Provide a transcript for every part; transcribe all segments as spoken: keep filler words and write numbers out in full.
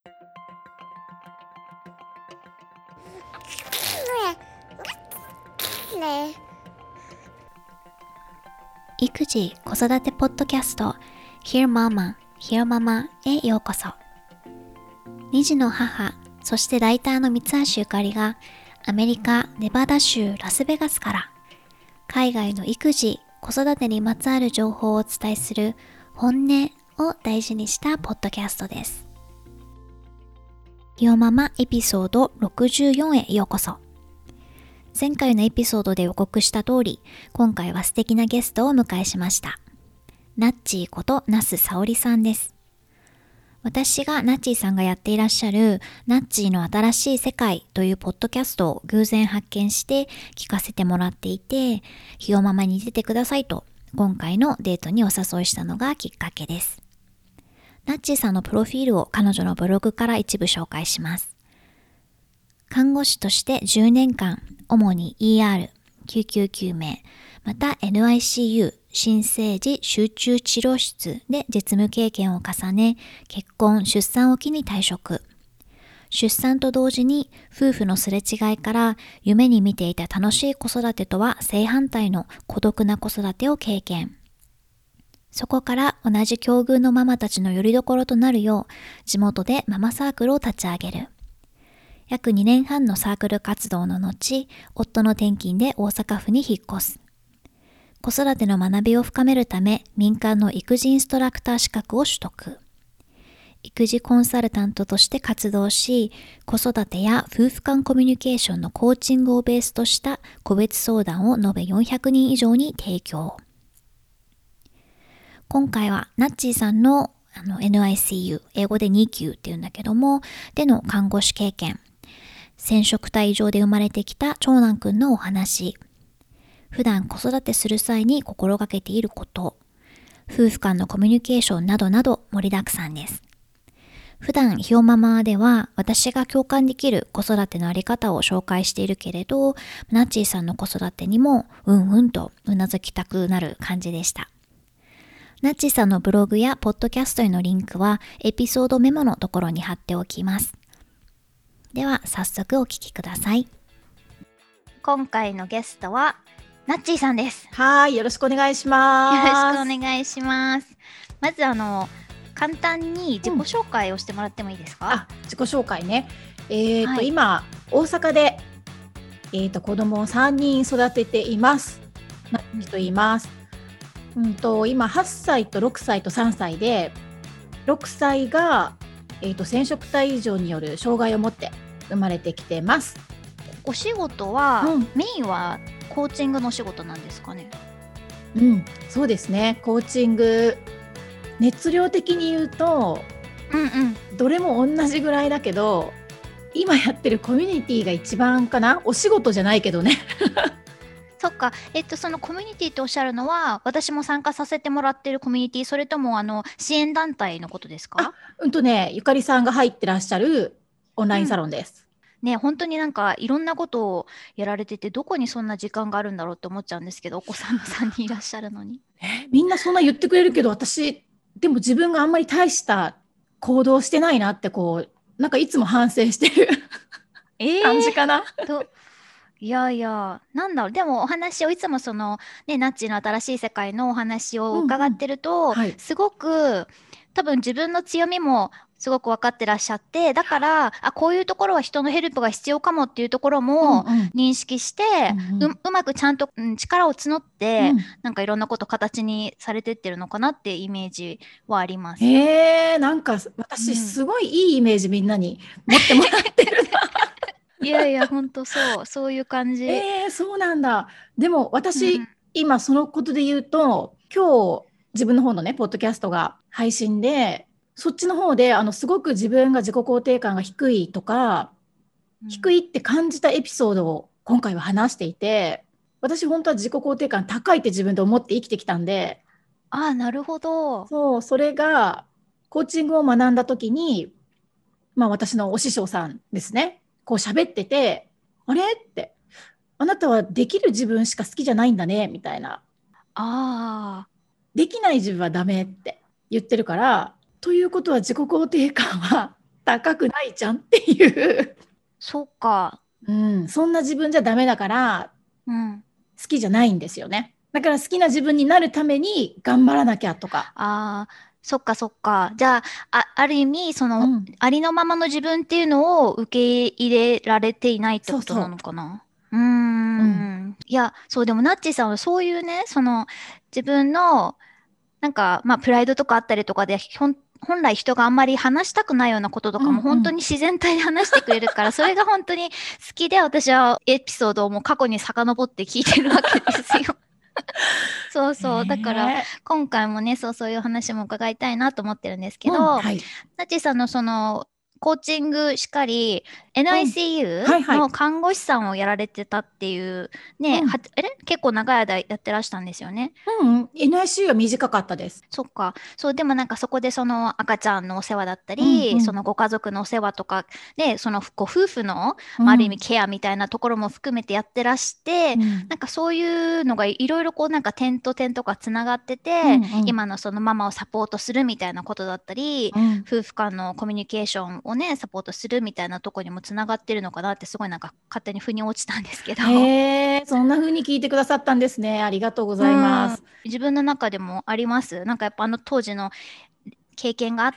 育児・子育てポッドキャスト Hear Mama, Hear Mama へようこそ。に児の母、そしてライターの三橋ゆかりがアメリカ・ネバダ州ラスベガスから海外の育児・子育てにまつわる情報をお伝えする本音を大事にしたポッドキャストです。Hear Mamaエピソードろくじゅうよんへようこそ。前回のエピソードで予告した通り、今回は素敵なゲストをお迎えしました。ナッチーこと那須沙織さんです。私がナッチーさんがやっていらっしゃるナッチーの新しい世界というポッドキャストを偶然発見して聞かせてもらっていて、ひよママに出てくださいと今回のデートにお誘いしたのがきっかけです。ナッチーさんのプロフィールを彼女のブログから一部紹介します。看護師としてじゅうねんかん、主に イーアール、救急救命、また エヌアイシーユー、新生児集中治療室で実務経験を重ね、結婚・出産を機に退職。出産と同時に夫婦のすれ違いから夢に見ていた楽しい子育てとは正反対の孤独な子育てを経験。そこから同じ境遇のママたちの拠り所となるよう、地元でママサークルを立ち上げる。約にねんはんのサークル活動の後、夫の転勤で大阪府に引っ越す。子育ての学びを深めるため、民間の育児インストラクター資格を取得。育児コンサルタントとして活動し、子育てや夫婦間コミュニケーションのコーチングをベースとした個別相談を延べよんひゃくにん以上に提供。今回はナッチーさんの、あの エヌアイシーユー、英語でに級っていうんだけども、での看護師経験、染色体上で生まれてきた長男くんのお話、普段子育てする際に心がけていること、夫婦間のコミュニケーションなどなど盛りだくさんです。普段ひよママでは私が共感できる子育てのあり方を紹介しているけれど、ナッチーさんの子育てにもうんうんとうなずきたくなる感じでした。ナッチーさんのブログやポッドキャストへのリンクはエピソードメモのところに貼っておきます。では早速お聞きください。今回のゲストはナッチーさんです。 はい、よろしくお願いします。 よろしくお願いします。まずあの簡単に自己紹介をしてもらってもいいですか？ うん、あ、自己紹介ね。えーと、はい、今大阪で、えーと、子供をさんにん育てています。ナッチと言います。うんと今はっさいとろくさいとさんさいで、ろくさいが、えーと、染色体異常による障害を持って生まれてきてます。 お仕事は、 うん、 メインはコーチングのお仕事なんですかね？ うん、そうですね。コーチング、熱量的に言うと、 うんうん、 どれも同じぐらいだけど、今やってるコミュニティが一番かな。お仕事じゃないけどね。 そっか、えっとそのコミュニティっておっしゃるのは、私も参加させてもらってるコミュニティ、それともあの支援団体のことですか？ うんとね、ゆかりさんが入ってらっしゃるオンラインサロンです。 うん、ね、本当になんかいろんなことをやられてて、どこにそんな時間があるんだろうって思っちゃうんですけど、お子さんがさんにんいらっしゃるのに。 えみんなそんな言ってくれるけど、私でも自分があんまり大した行動してないなって、こうなんかいつも反省してるえー、 感じかな。 といやいや、なんだろう、でもお話をいつもそのね、ナッチの新しい世界のお話を伺ってると、 うんうん、はい、 すごく多分自分の強みもすごく分かってらっしゃって、だからあこういうところは人のヘルプが必要かもっていうところも認識して、うんうん、う, うまくちゃんと、うん、力を募って、うん、なんかいろんなこと形にされてってるのかなってイメージはあります。 えー、なんか私すごいいいイメージみんなに持ってもらってるな。 いやいや、ほんとそう、そういう感じ。 えー、そうなんだ。でも私、 うん、 今そのことで言うと、今日自分の方のね、ポッドキャストが配信で、そっちの方で、あの、すごく自分が自己肯定感が低いとか、うん、低いって感じたエピソードを今回は話していて、私本当は自己肯定感高いって自分で思って生きてきたんで、 ああ、なるほど。 そう、それが、コーチングを学んだ時に、まあ私のお師匠さんですね、こう喋ってて、あれって、あなたはできる自分しか好きじゃないんだね、みたいな。 ああ。 できない自分はダメって言ってるから、ということは自己肯定感は高くないじゃんっていう、 そっか。 うん、そんな自分じゃダメだからうん。 好きじゃないんですよね。だから好きな自分になるために頑張らなきゃとか。 ああ、そっかそっか。じゃあ、あ、ある意味、その、 うん、 ありのままの自分っていうのを受け入れられていないってことなそうそのかな。うーう。うん、 ん。いや、そう、でもナッチさんはそういうね、その、自分の、なんか、まあ、プライドとかあったりとかで、ほん、本来人があんまり話したくないようなこととうん、 かも本当にうん。 自然体で話してくれるから、それが本当に好きで私はエピソードをもう過去に遡って聞いてるわけですよ。そうそう。だから、 ね今回もね、そう、そういう話も伺いたいなと思ってるんですえ。うん、 けど、 はい。 なちさんのその、コーチングしかり、 うん、はエヌアイシーユーいはい。 の看護師さんをやられてたっていう、ね、は、 うん、 えれ結構長い間やってらしたんですよね。 うん、うん。エヌアイシーユー は短かったです。 そっか。そう、でもなんかそこでその赤ちゃんのお世話だったうん、 り、 うん、 そのご家族のお世話とか、で、そのご夫婦の、まあ、ある意味うん、 ケアみたいなところも含めてやってらして、 うん、 なんかそういうのがいろいろこうなんか点と点とかつながってて、 うん、うん、 今のそのママをサポートするみたいなことだったり、 うん。 夫婦間のコミュニケーションをね、サポートするみたいなところにもつながってるのかなってすごいなんか勝手に腑に落ちたんですけど。 へえ、そんな風に聞いてくださったんですね。ありがとうごうざいまん。 す。 自分の中でもあります。なんかやっぱあの当時の経験があって、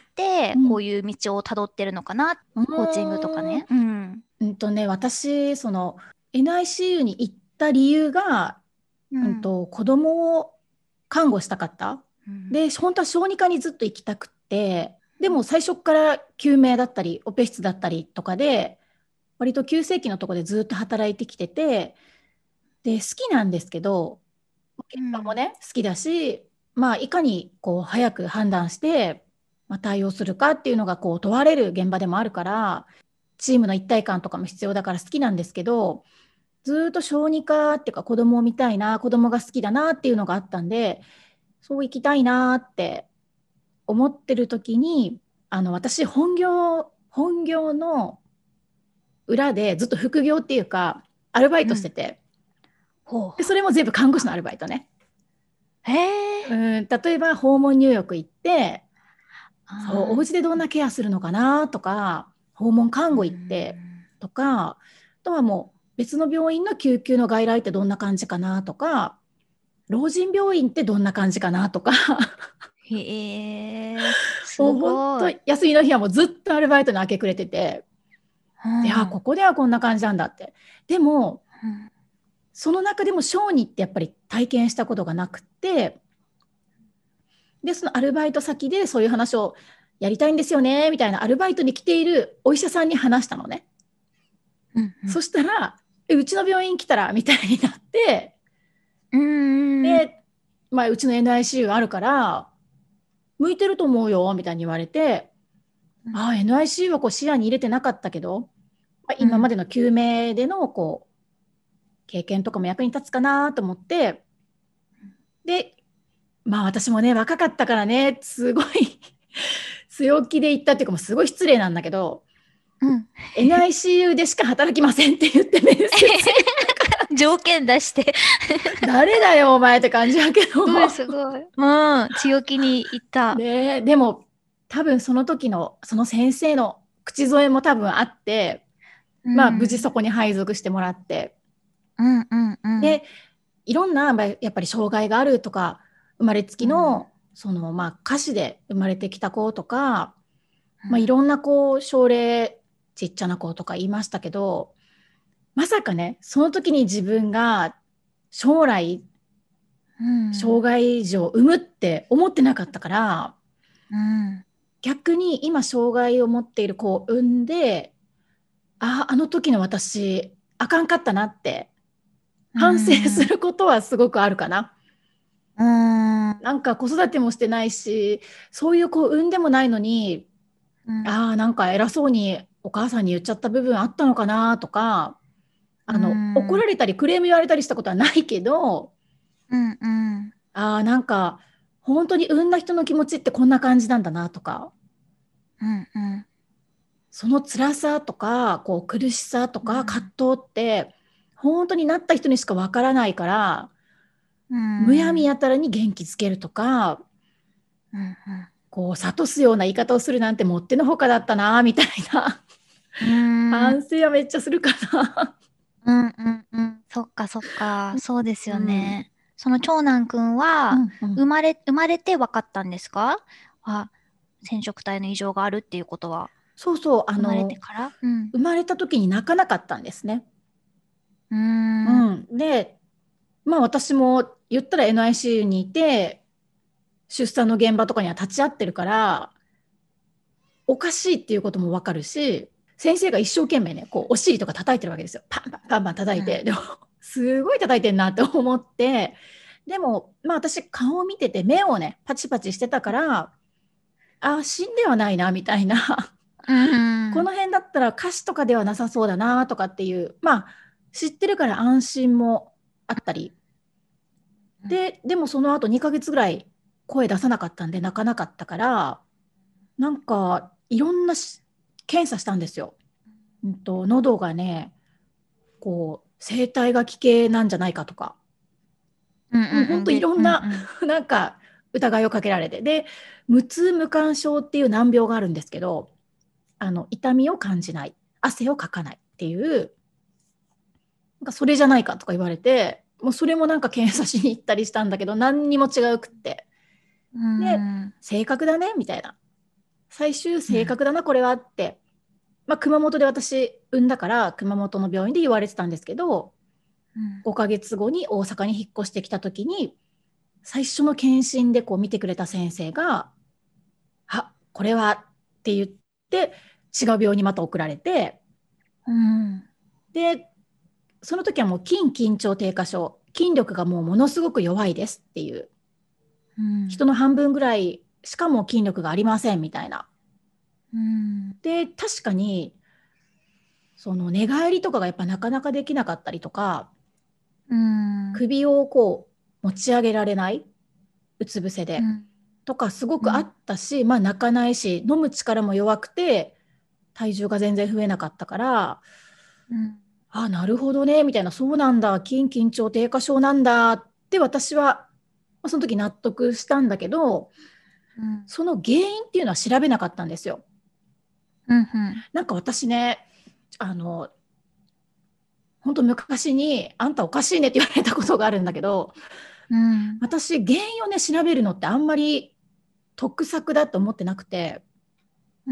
こうん。 ういう道をたどってるのかな。 うコーチングとかーん。 ね。うん。 うんとね、私、その エヌアイシーユー に行った理由が、 うん。 うんと、子供を看護したかった。 うん。 で、本当は小児科にずっと行きたくって、でも最初から救命だったり、オペ室だったりとかで、割と急性期のところでずっと働いてきてて、で、好きなんですけど、結果もうん。 ね、好きだし、まあ、いかにこう早く判断して、まあ、対応するかっていうのがこう問われる現場でもあるから、チームの一体感とかも必要だから好きなんですけど、ずーっと小児科っていうか子供を見たいな、子供が好きだなっていうのがあったんで、そう行きたいなって思ってる時に、あの私本業、本業の裏でずっと副業っていうか、アルバイうん。 トしてて、 ほう。 でそれも全部看護師のアルバイトね。 へえ。 うん、例えば訪問入浴行って、そう、おああ。 家でどんなケアするのかなとか、訪問看う護行ってん。 とか、あとはもう別の病院の救急の外来ってどんな感じかなとか、老人病院ってどんな感じかなとか、 へえ。すもう本当ごい。 休みの日はもうずっとアルバイトに明け暮れてて、 うで、あ、 ん。 ここではこんな感じなんだって。でも、 うん。 その中でも小児ってやっぱり体験したことがなくて、で、そのアルバイト先でそういう話をやりたいんですよね、みたいなアルバイトに来ているお医者さんに話したのね。 うん。 そしたら、えうちの病院来たらみたいになって、 うん。うん。 で、まあ、うちの エヌアイシーユー あるから、向いてると思うよ、みたいに言われて、 うん。 ああ、エヌアイシーユー はこう視野に入れてなかったけど、まあ、 うん。 今までの救命でのこう経験とかも役に立つかなと思って、で、まあ私もね、若かったからね、すごい強気で言ったっていうか、もうすごい失礼なんだけど、 うん。 エヌアイシーユー でしか働きませんって言って面接に、 条件出して。 誰だよ、お前って感じやけど。 すごいすごい。うん。強気に言った。 ね、でも、多分その時の、その先生の口添えも多分あって、 うまあ無事ん。 そこに配属してもらって、 うんうんうん。 で、いろんな、まあやっぱり障害があるとか、生まれつきうん。 の、その、まあ歌詞で生まれてきた子とか、まあ、いうん。 ろんなこう症例ちっちゃな子とか言いましたけど、まさかねその時に自分が将来うん。 障害児を産むって思ってなかったから、 うん。 逆に今障害を持っている子を産んで、ああ、あの時の私あかんかったなってう反省すん。 ることはすごくあるかな。 うん。 なんか子育てもしてないし、そういう子を産んでもないのに、 うん。 ああ、なんか偉そうにお母さんに言っちゃった部分あったのかなとか、 うあの、怒ん。 られたりクレーム言われたりしたことはないけど、 うん。うん。 ああ、なんか、本当に産んだ人の気持ちってこんな感じなんだなとか、 うん。うん。 その辛さとか、こう苦しさとか葛うん。 藤って、本当になった人にしかわからないから、 うむやみん。 やたらに元気づけるとか、 うん。 こう諭すような言い方をするなんてもってのほかだったなみたいな反省はめっちゃするかな。 うんうんうん。そっかそっか。そうですようん、 ね。その長男くんは、 うんうん、 生まれ、生まれて分かったんですか？あ、染色体の異常があるっていうことは。 そうそう、あ生まれてのからうん。 生まれた時に泣かなかったんですね。 うーん。 うん、で、まあ私も言ったら エヌアイシーユー にいて出産の現場とかには立ち会ってるからおかしいっていうこともわかるし、先生が一生懸命ねこうお尻とか叩いてるわけですよ。パンパンパンパン叩いて、 うん。 でもすごい叩いてんなって思って、でもまあ私顔を見てて目をねパチパチしてたから、あ、死んではないなみたいなうん。 この辺だったら歌詞とかではなさそうだなとかっていう、まあ知ってるから安心もあったりで、でもその後にかげつぐらい声出さなかったんで泣かなかったから、なんかいろんなし検査したんですよ。うんと、喉がねこう声帯が奇形なんじゃないかとか、 うんうんうん。 もうほんといで、 ろんなうんうん。 なんか疑いをかけられて、で無痛無感症っていう難病があるんですけど、あの痛みを感じない、汗をかかないっていう、なんかそれじゃないかとか言われて、もうそれもなんか検査しに行ったりしたんだけど何にも違うくって、 うでん。 正確だねみたいな、最終うん。 正確だなこれはって、まあ、熊本で私産んだから熊本の病院で言われてたんですけど、 うん。 ごかげつごに大阪に引っ越してきた時に最初の検診でこう見てくれた先生が「あ、これは」って言って違う病院にまた送られて、 うん。 でその時はもう筋緊張低下症、筋力がもうものすごく弱いですっていう、 うん。 人の半分ぐらいしかも筋力がありませんみたいな。 うん。 で確かにその寝返りとかがやっぱなかなかできなかったりとか、 うん。 首をこう持ち上げられない、うつ伏せでうん。 とかすごうん。 くあったし、まあ泣かないし飲む力も弱くて体重が全然増えなかったから、 うん。 あ、なるほどねみたいな、そうなんだ、筋緊張低下症なんだって私はまあその時納得したんだけど、 うん。 その原因っていうのは調べなかったんですよ。 うん。 なんか私ね、あの本当昔にあんたおかしいねって言われたことがあるんだけど、 うん。 私原因をね調べるのってあんまり得策だと思ってなくて、 うん。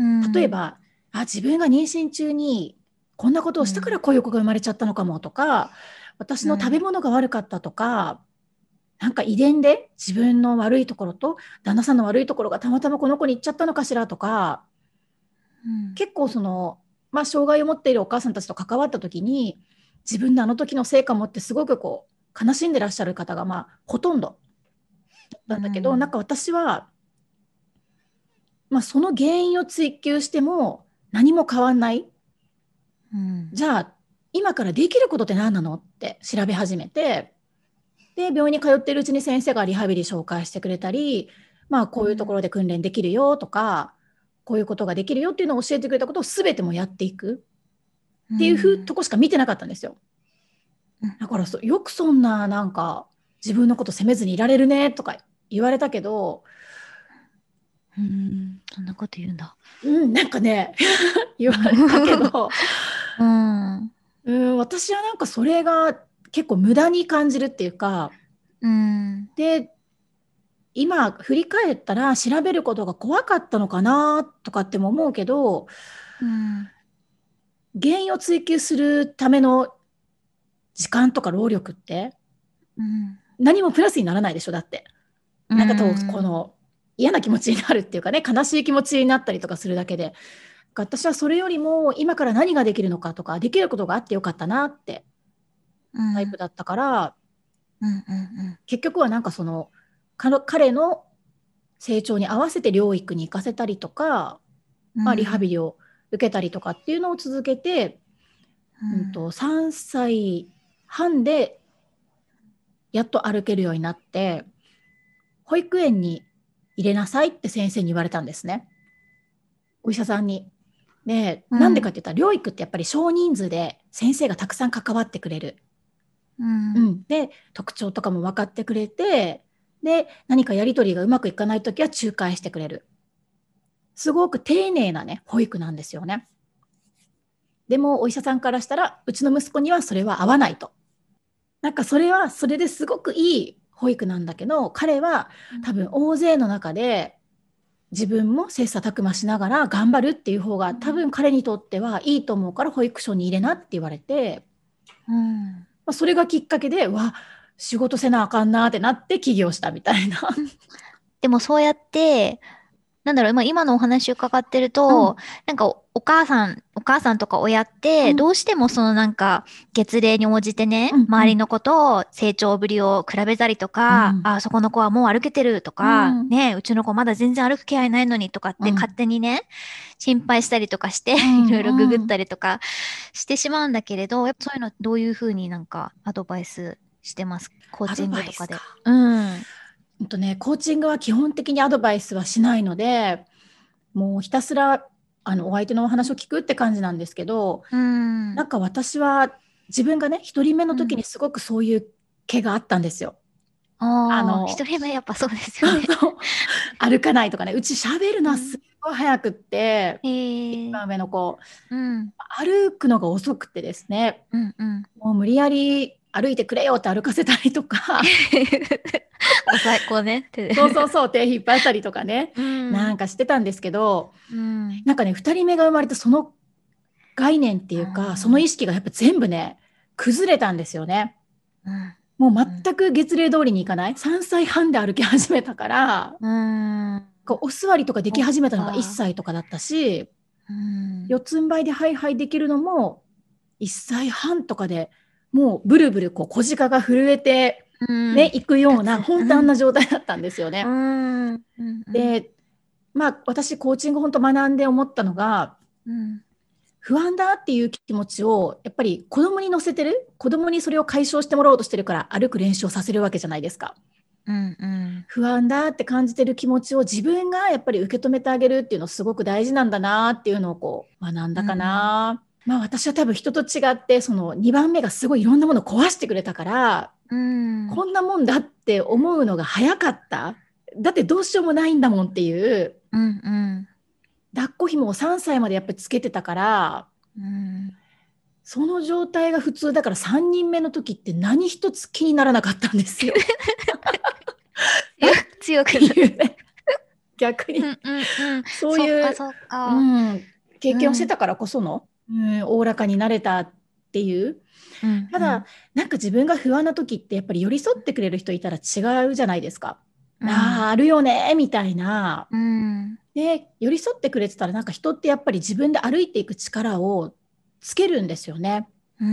例えばあ自分が妊娠中にこんなことをしたからこういう子が生まれちゃったのかもとか、私の食べ物が悪かったとか、なんか遺伝で自分の悪いところと旦那さんの悪いところがたまたまこの子に行っちゃったのかしらとか、 うん。 結構その、まあ、障害を持っているお母さんたちと関わった時に自分のあの時の成果もってすごくこう悲しんでらっしゃる方がまあほとんどうなんだけど、なんん。 か私は、まあ、その原因を追求しても何も変わんない。 うん。 じゃあ今からできることって何なのって調べ始めて、で病院に通っているうちに先生がリハビリ紹介してくれたり、まあ、こういうところで訓練できるよとか、こういうことができるよっていうのを教えてくれたことを全てもやっていくうっていうふうん。 とこしか見てなかったんですよ。だからそよくそんななんか自分のこと責めずにいられるねとか言われたけど、 うん。そんなこと言うんだ。 うん、なんかね言われたけど、 うん。 うん、私はなんかそれが結構無駄に感じるっていうか、 うん。 で今振り返ったら調べることが怖かったのかなとかっても思うけど、 うん。 原因を追求するための時間とか労力ってうん。 何もプラスにならないでしょだって。 うなんかとこん。 の嫌な気持ちになるっていうかね、悲しい気持ちになったりとかするだけで、私はそれよりも今から何ができるのかとか、できることがあってよかったなってうん。 タイプだったから、 うん。うん。 結局はなんかその彼の成長に合わせて療育に行かせたりとか、まあ、リハビリを受けたりとかっていうのを続けて、うんと、さんさいはんでやっと歩けるようになって、保育園に入れなさいって先生に言われたんですね。お医者さんに。で、 うん。 なんでかって言ったら、療育ってやっぱり少人数で先生がたくさん関わってくれる。 うん。 うん、で、特徴とかも分かってくれて、で、何かやり取りがうまくいかないときは仲介してくれる。 すごく丁寧なね保育なんですよね。でもお医者さんからしたらうちの息子にはそれは合わないと。なんかそれはそれですごくいい保育なんだけど、彼は多分大勢の中で自分も切磋琢磨しながら頑張るっていう方が多分彼にとってはいいと思うから保育所に入れなって言われて、 うんまあ、それがきっかけでわ仕事せなあかんなってなって起業したみたいな。 でもそうやって、なんだろう、まあ、今のお話伺ってるうと、 んなんかお、お母さん、お母さんとか親って、 うんどうしてもそのなんか、月齢に応じてね、 うん周りの子と成長ぶりを比べたりとか、 うんあ、そこの子はもう歩けてるとうか、 んね、うちの子まだ全然歩く気配ないのにとかっうんて勝手にね、心配したりとかして、 ういろいろググっんうんたりとかしてしまうんだけれど、やっぱそういうのどういうふうになんかアドバイスしてます？コーチアドングとかで。 バイスか。 うん。 うんとね、コーチングは基本的にアドバイスはしないので、もうひたすらあのお相手のお話を聞くって感じなんですけど、 うん。 なんか私は自分がね、一人目の時にすごくそういう毛があったんですよ。あああ、一の、 人目やっぱそうですよね。 そうそう歩かないとかね、うち喋るのうん。 はすごい早くって、一へえ。 番上の子、 うん。 歩くのが遅くてですね、 うんうん。 もう無理やり歩いてくれよって歩かせたりとか、 お最高ね。手で。 そうそうそう、手引っ張ったりとかね、 うん。 なんかしてたんですけど、 うん。 なんかね、ふたりめが生まれてその概念っていうか、そのあ意識がやっぱ全部ね、崩れたんですよね。 ーもううん。 全く月齢通りにいかない。さんさいはんで歩き始めたから、 うん。うん。 こうお座りとかでそっき始めたのが1 か。 歳とかだったし、 うん。 四つん這いでハイハイできるのもいっさいはんとかでもうブルブルこう小鹿が震えて、ね、 うん。 行くような立つ。 本当あんなうん。 状態だったんですようね。 ん。うん。うん。 で、まあ私コーチング本当学んで思ったのが、 うん。 不安だっていう気持ちをやっぱり子供に乗せてる、子供にそれを解消してもらおうとしてるから歩く練習をさせるわけじゃないですか。 うん。うん。 不安だって感じてる気持ちを自分がやっぱり受け止めてあげるっていうのすごく大事なんだなっていうのをこう学んだかな。まあ私は多分人と違ってそのにばんめがすごいいろんなものを壊してくれたから、 うん。 こんなもんだって思うのが早かった。だってどうしようもないんだもんっていう、 うん。うん。 抱っこ紐をさんさいまでやっぱりつけてたから、 うん。 その状態が普通だからさんにんめの時って何一つ気にならなかったんですよ。 強くってなる。 いうね、逆にうんうんうん。 そういう、 そっかそっうか。 ん、経験をしてうん。 たからこその、うん、おおらかになれたっていう。 うんただ、 うん。 なんか自分が不安な時ってやっぱり寄り添ってくれる人いたら違うじゃないですか。 うん。 ああ、あるよねみたいな。 うん。 で、寄り添ってくれてたらなんか人ってやっぱり自分で歩いていく力をつけるんですよね。 うん。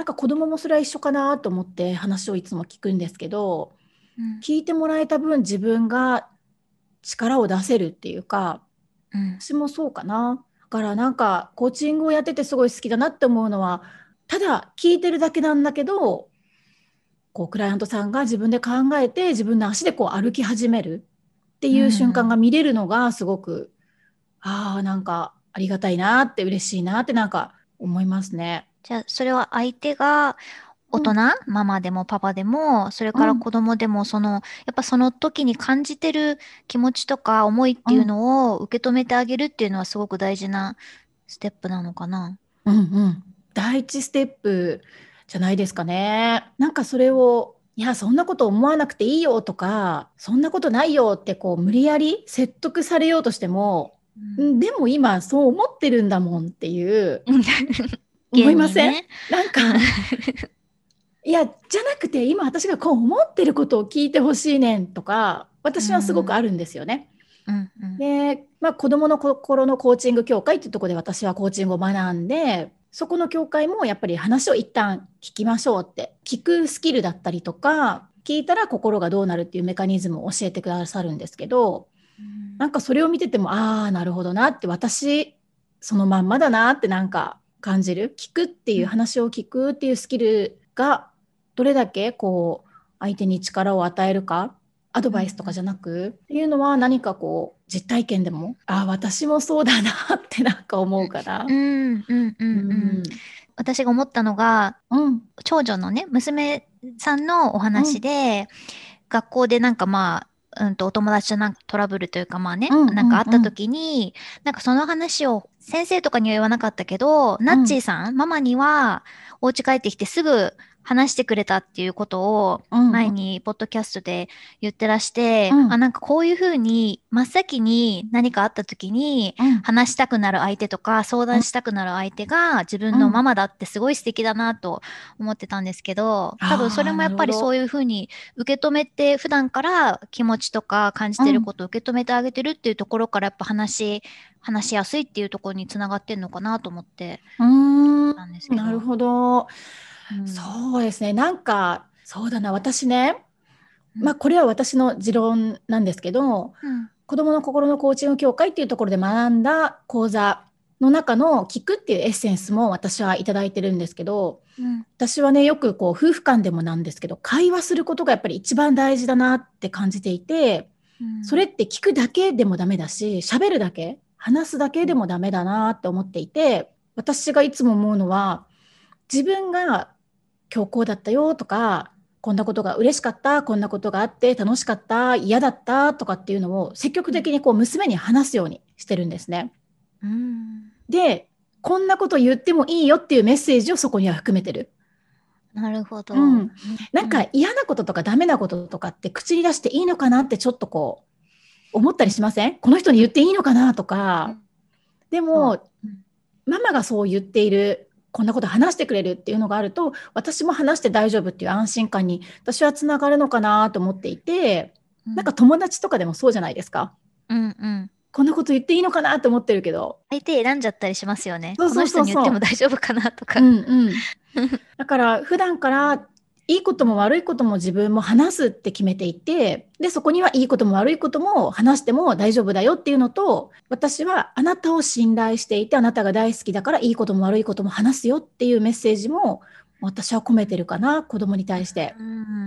なんか子供もそれは一緒かなと思って話をいつも聞くんですけど、 うん聞いてもらえた分自分が力を出せるっていうか、 うん私もそうかな。だからなんかコーチングをやっててすごい好きだなって思うのは、ただ聞いてるだけなんだけど、こうクライアントさんが自分で考えて自分の足でこう歩き始めるってういう瞬間がん。 見れるのがすごく、ああ、なんかありがたいなって嬉しいなってなんか思いますね。 じゃあ、それは相手が大人、 うん、 ママでもパパでも、それうん、 から子供でも、その、やっぱその時に感じてる気持ちとか思いっていううん、 のを受け止めてあげるっていうのはすごく大事なステップなのかな。 うん、うん。第一ステップじゃないですかね。なんかそれを、いや、そんなこと思わなくていいよとか、そんなことないよってこう無理やり説得されようとしても、 うん。 うん、でも今そう思ってるんだもんっていう思現いません？ にね。 なんか、 うん。 いや、じゃなくて今私がこう思ってることを聞いてほしいねんとか、 う私はすごくん。 あるんですよね。 うん。うん。 で、まあ、子どもの心のコーチング協会っていうところで私はコーチングを学んで、そこの協会もやっぱり話を一旦聞きましょうって、聞くスキルだったりとか、聞いたら心がどうなるっていうメカニズムを教えてくださるんですけど、 うんなんかそれを見てても、ああ、なるほどなって、私、そのまんまだなってなんか感じる。聞くっていう、話を聞くっていうスキルが、どれだけこう、相手に力を与えるか、アドうん。 バイスとかじゃなくっていうのは何かこう、実体験でも、ああ、私もそうだなってなんか思うかうな。 ん。うん。うん。 ううん。 ん。 私が思ったのが、 うん。 長女のね、娘さんのおうん。 話で、学校でなんかまあ、 うんとお友達となんかトラブルというかまあね、 うんうんうんなんかあった時に、なんかその話を先生とかには言わなかったけど、ナッチーさん、ママにはお家帰ってきてすぐ話してくれたっていうことをうんうん前にポッドキャストで言ってらして、 うんあ、なんかこういうふうに真っ先に何かあった時にうん話したくなる相手とか相談したくなる相手が自分のママだってすごい素敵だなと思ってたんですけど、多分そああ、 れもやっなるほど。 ぱりそういうふうに受け止めて、普段から気持ちとか感じてるうん。 ことを受け止めてあげてるっていうところからやっぱ話、話しやすいっていうところにつながってんのかなと思ってうーん、 たんですけど。 なるほど。 うん。 そうですね。なんか、そうだな。私ね、 うん。 まあ、これは私の持論なんですけど、 うん。 子どもの心のコーチング協会っていうところで学んだ講座の中の聞くっていうエッセンスも私はいただいてるんですけど、 うん。 私はね、よくこう夫婦間でもなんですけど、会話することがやっぱり一番大事だなって感じていて、 うん。 それって聞くだけでもダメだし、喋るだけ、話すだけでもダメだなって思っていて、私がいつも思うのは、自分が今日こうだったよとか、こんなことが嬉しかった、こんなことがあって楽しかった、嫌だったとかっていうのを積極うん。 的にこう娘に話すようにしてるんですね。 うん。 で、こんなこと言ってもいいよっていうメッセージをそこには含めてる。 なるほうど。 ん。なんかうん。 嫌なこととかダメなこととかって口に出していいのかなってちょっとこう思ったりしません？この人に言っていいのかなとか。 うん。 でそう。 も、 うん。 ママがそう言っている、こんなこと話してくれるっていうのがあると、私も話して大丈夫っていう安心感に私はつながるのかなと思っていて、なんかうん。 友達とかでもそうじゃないですか。 うん。うん。 こんなこと言っていいのかなと思ってるけど。 相手選んじゃったりしますよね。 そうそうこの人に言ってもそうそ大丈夫かなとう。うか。 んうん。だから普段からいいことも悪いことも自分も話すって決めていて、で、そこにはいいことも悪いことも話しても大丈夫だよっていうのと、私はあなたを信頼していて、あなたが大好きだからいいことも悪いことも話すよっていうメッセージも私は込めてるかな、子供に対して。 うん。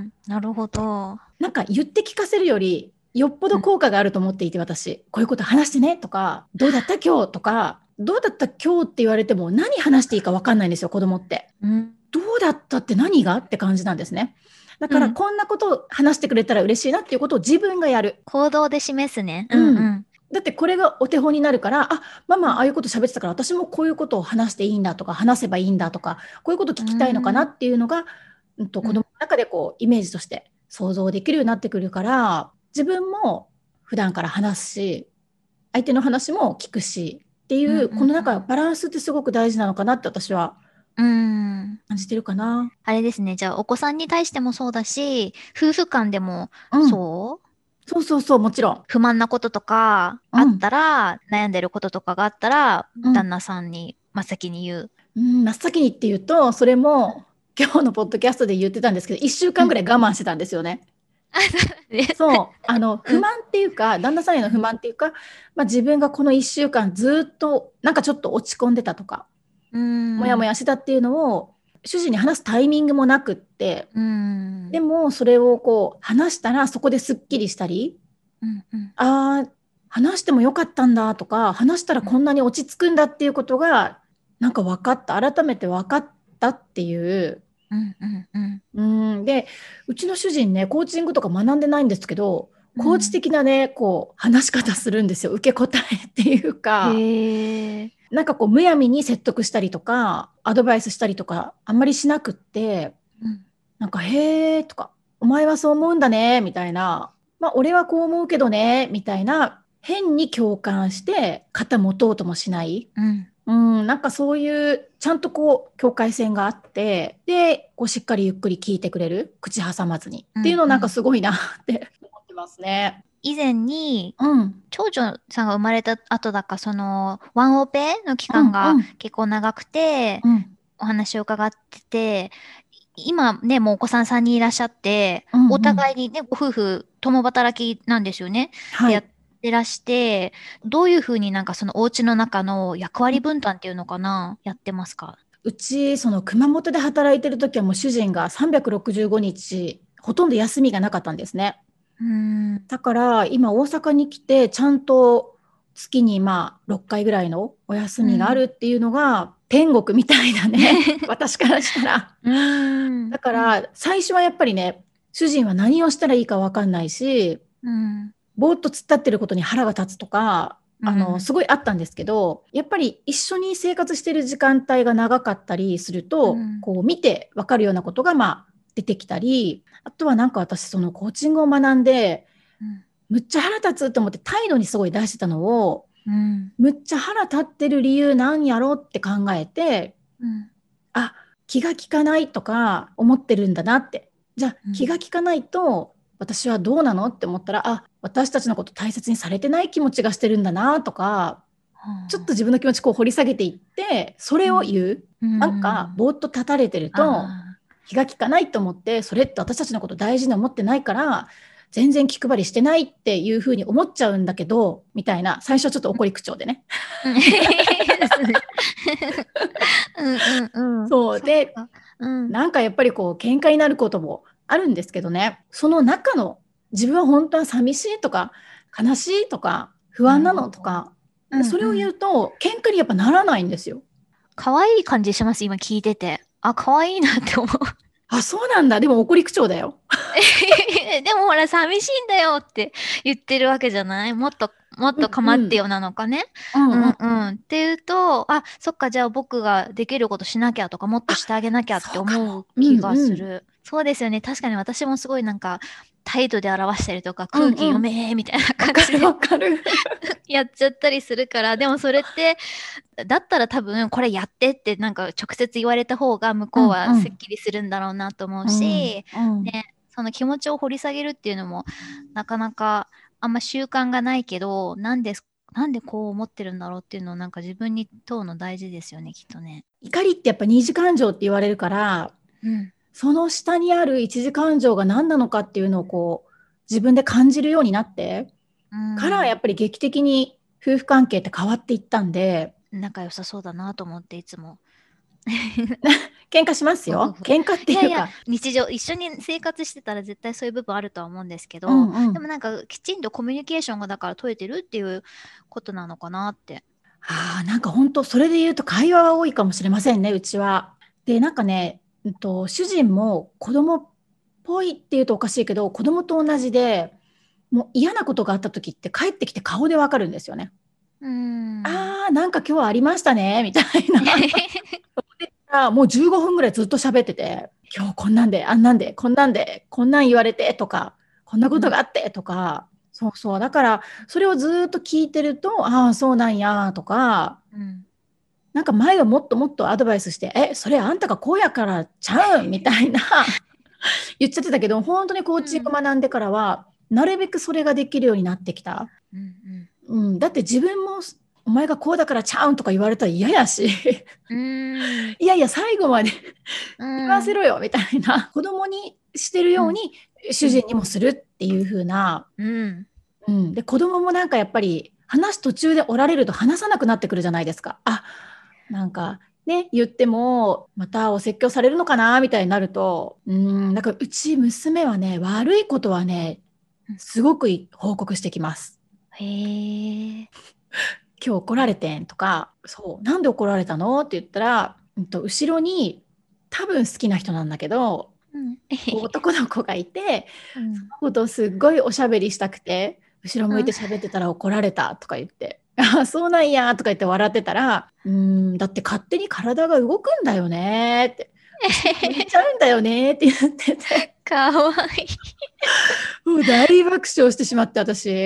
なるほど。 なんか言って聞かせるより、よっぽど効果があると思っていて、私、こういうこと話してねとか、どうだった今日とか、どうだった今日って言われても何話していいか分かんないんですよ、子供って。 うん。 どうだったって何がって感じなんですね。だからうんこんなことを話してくれたら嬉しいなっていうことを自分がやる。 行動で示すね。うんうん。 うん。 だってこれがお手本になるから、あ、マうん。 マああいうこと喋ってたから私もこういうことを話していいんだとか話せばいいんだとか、こういうこと聞きたいのかなっていうのが、うんと、子供の中でこうイメージとして想像できるようになってくるから、自分も普段から話すし、相手の話も聞くしっていうんう、この中うんバランスってすごく大事なのかなって私はうん。うん。 感じてるかな。 あれですね。じゃあ、お子さんに対してもそうだし、夫婦間でもうん。 そうそうそうそう、もちろん。 不満なこととかうん。 あったら、悩んでることとかがあったら、 うん。 旦那さんに真っ先に言う。 うん、真っ先にっていうと、それも今日のポッドキャストで言ってたんですけど、いっしゅうかんぐらい我慢してたんですよね。 あ、そうね。 そう、あの、 うん。 不満っていうか、旦那さんへの不満っていうか、まあ、自分がこのいっしゅうかんずっとなんかちょっと落ち込んでたとか、 うもやもん。 やしてたっていうのを、主人に話すタイミングもなくって、 うん。 でもそれをこう話したらそこですっきりしたり、 うんうん。 ああ、話してもよかったんだとか、話したらこんなに落ち着くんだっていうことが、なんか分かった、改めて分かったっていう。 うんうんうんうん、で、うちの主人ね、コーチングとか学んでないんですけど、コーチうん。 的なね、こう、話し方するんですよ。受け答えっていうか、 へえ。 なんかこう、むやみに説得したりとか、アドバイスしたりとか、あんまりしなくって、 うん。 なんか、へーとか、お前はそう思うんだね、みたいな、まあ、俺はこう思うけどね、みたいな、変に共感して肩持とうともしない。 うん。 うん、なんかそういうちゃんとこう境界線があって、でこうしっかりゆっくり聞いてくれる、口挟まずにうっていうのなんかんうん。 すごいなって思ってますね。 以前に、 うん、 長女さんが生まれた後だか、その、ワンオペの期うん、 間がうん、 結構長くて、 うん、 お話を伺ってて、今ね、もうお子さんさんにんいらっしゃって、 うん、 おうん、 互いにね、ご夫婦共働きなんですよね。で、やっはい。 てらして、どういうふうになんかそのお家の中の役割分担っていうのかな、やってますか？ うちその熊本で働いてる時はもう主人がさんびゃくろくじゅうごにちほとんど休みがなかったんですね。 うーん。 だから今大阪に来てちゃんと月にまあろっかいぐらいのお休みがあうん。 るっていうのが天国みたいだね。私からしたら。 うーん。 だから最初はやっぱりね、主人は何をしたらいいか分かんないし、 うん、 ぼーっと突っ立ってることに腹が立つとか、あの、すごいあったんですけど、やっぱり一緒に生活してる時間帯が長かったりすると、 うんこう見てわかるようなことがまあ出てきたり、あとはなんか私そのコーチングを学んで、 うんむっちゃ腹立つと思って態度にすごい出してたのを、 うんむっちゃ腹立ってる理由なんやろって考えて、 うんあ、気が利かないとか思ってるんだなって。じゃあうん気が利かないと私はどうなのって思ったら、あ、私たちのこと大切にされてない気持ちがしてるんだなとか、ちょっと自分の気持ちこう掘り下げていって、それを言う。 うんなんかぼーっと立たれてるとあ気が利かないと思って、それって私たちのこと大事に思ってないから全然気配りしてないっていうふうに思っちゃうんだけど、みたいな、最初はちょっと怒り口調でね。 ーうんいいですねうんうんうんそうで、 そっかうんなんかやっぱりこう喧嘩になることもあるんですけどね、その中の自分は本当は寂しいとか悲しいとか不安なのとか、 うんうんそれを言うと喧嘩にやっぱならないんですよ。 可愛い感じします、今聞いてて。あ、可愛いなって思う。 あ、そうなんだ。でも怒り口調だよ。 でもほら、寂しいんだよって言ってるわけじゃない？もっと、もっと構ってよなのかね。 うんうん。 うんうん。っていうと、あ、そっか、じゃあ僕ができることしなきゃとか、もっとしてあげなきゃってそうかも。 思ううん気がうん。 する。そうですよね。確かに私もすごいなんか、態度で表したりとか、 うん空気読うん。 めーみたいなわかる感じでわかる。 やっちゃったりするから、でもそれって、だったら多分これやってってなんか直接言われた方が向こうはすっきりするんだろうなと思ううんし、 うんね、その気持ちを掘り下げるっていうのもなかなかあんま習慣がないけど、なんで、なんでこう思ってるんだろうっていうのをなんか自分に問うの大事ですよね、きっとね。 怒りってやっぱ二次感情って言われるから、 うん。 その下にある一次感情が何なのかっていうのをこう自分で感じるようになってうからやん。 っぱり劇的に夫婦関係って変わっていったんで、 仲良さそうだなと思っていつも。 喧嘩しますよ。 ご夫婦。 喧嘩っていやいや、 いうか、 日常一緒に生活してたら絶対そういう部分あるとは思うんですけうど、 んうん。 でもなんかきちんとコミュニケーションがだから取れてるっていうことなのかなって。 ああ、なんか本当それで言うと会話は多いかもしれませんね、うちは。で、なんかね、うんと、主人も子供っぽいっていうとおかしいけど、子供と同じで、もう嫌なことがあった時って帰ってきて顔でわかるんですよね。 うーん。 ああ、なんか今日はありましたね、みたいな。あもうじゅうごふんぐらいずっと喋ってて、今日こんなんで、あんなんで、こんなんで、こんなん言われてとか、こんなことがあってとか、そうそう、だからそれをずっと聞いてると、ああ、そうなんやとか、 うんなんか前はもっともっとアドバイスして、え、それあんたがこうやからちゃうんみたいな言っちゃってたけど、本当にコーチング学んでからは、なるべくそれができるようになってきた。 うんうん、だって自分も、お前がこうだからちゃうんとか言われたら嫌やし、 うん。うーん。 いやいや、最後までう言わせん。 ろよみたいな、子供にしてるうん。 ように主人にもするっていう風な、 うん。 うん、で子供もなんかやっぱり話す途中でおられると話さなくなってくるじゃないですか。あ、なんかね言ってもまたお説教されるのかなみたいになると、うん、なんかうち娘はね悪いことはねすごく報告してきます。 へえ。 今日怒られてんとか、そうなんで怒られたのって言ったら、うんと、後ろに多分好きな人なんだけどうん。 男の子がいて、 うんその子とすっごいおしゃべりしたくて後ろ向いて喋ってたら怒られたとか言って、あ、そうなんやとか言って笑ってたら、うーん、だって勝手に体が動くんだよねって、後ろ向いちゃうんだよねって言ってて、 かわいい。 もう大爆笑してしまって私。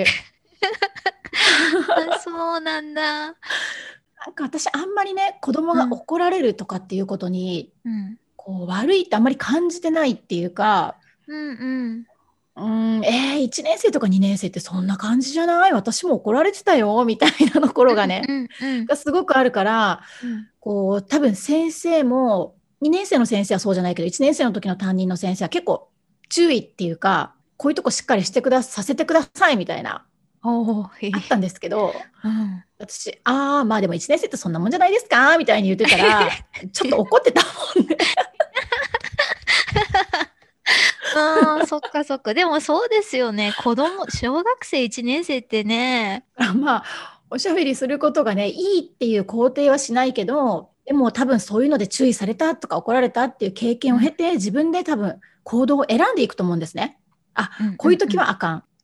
あ、そうなんだ。 なんか私あんまりね子供がうん。 怒られるとかっていうことにうん。 こう悪いってあんまり感じてないっていうか、 うんうん。 うーん、えー、いちねん生とかにねん生ってそんな感じじゃない？私も怒られてたよみたいなところがねうんうんがすごくあるから、 うん。 こう多分先生もにねん生の先生はそうじゃないけどいちねん生の時の担任の先生は結構注意っていうか、こういうとこしっかりしてくださせてくださいみたいなおー、へえ。 あったんですけど、 うん。 私ああまあでもいちねん生ってそんなもんじゃないですかみたいに言ってたらちょっと怒ってたもんね。 ああ、そっかそっか。でもそうですよね。子供、小学生いちねん生ってね。 まあおしゃべりすることがねいいっていう肯定はしないけど、でも多分そういうので注意されたとか怒られたっていう経験を経て自分で多分行動を選んでいくと思うんですね。あ、 うんこういう時うんうん。 はあかん、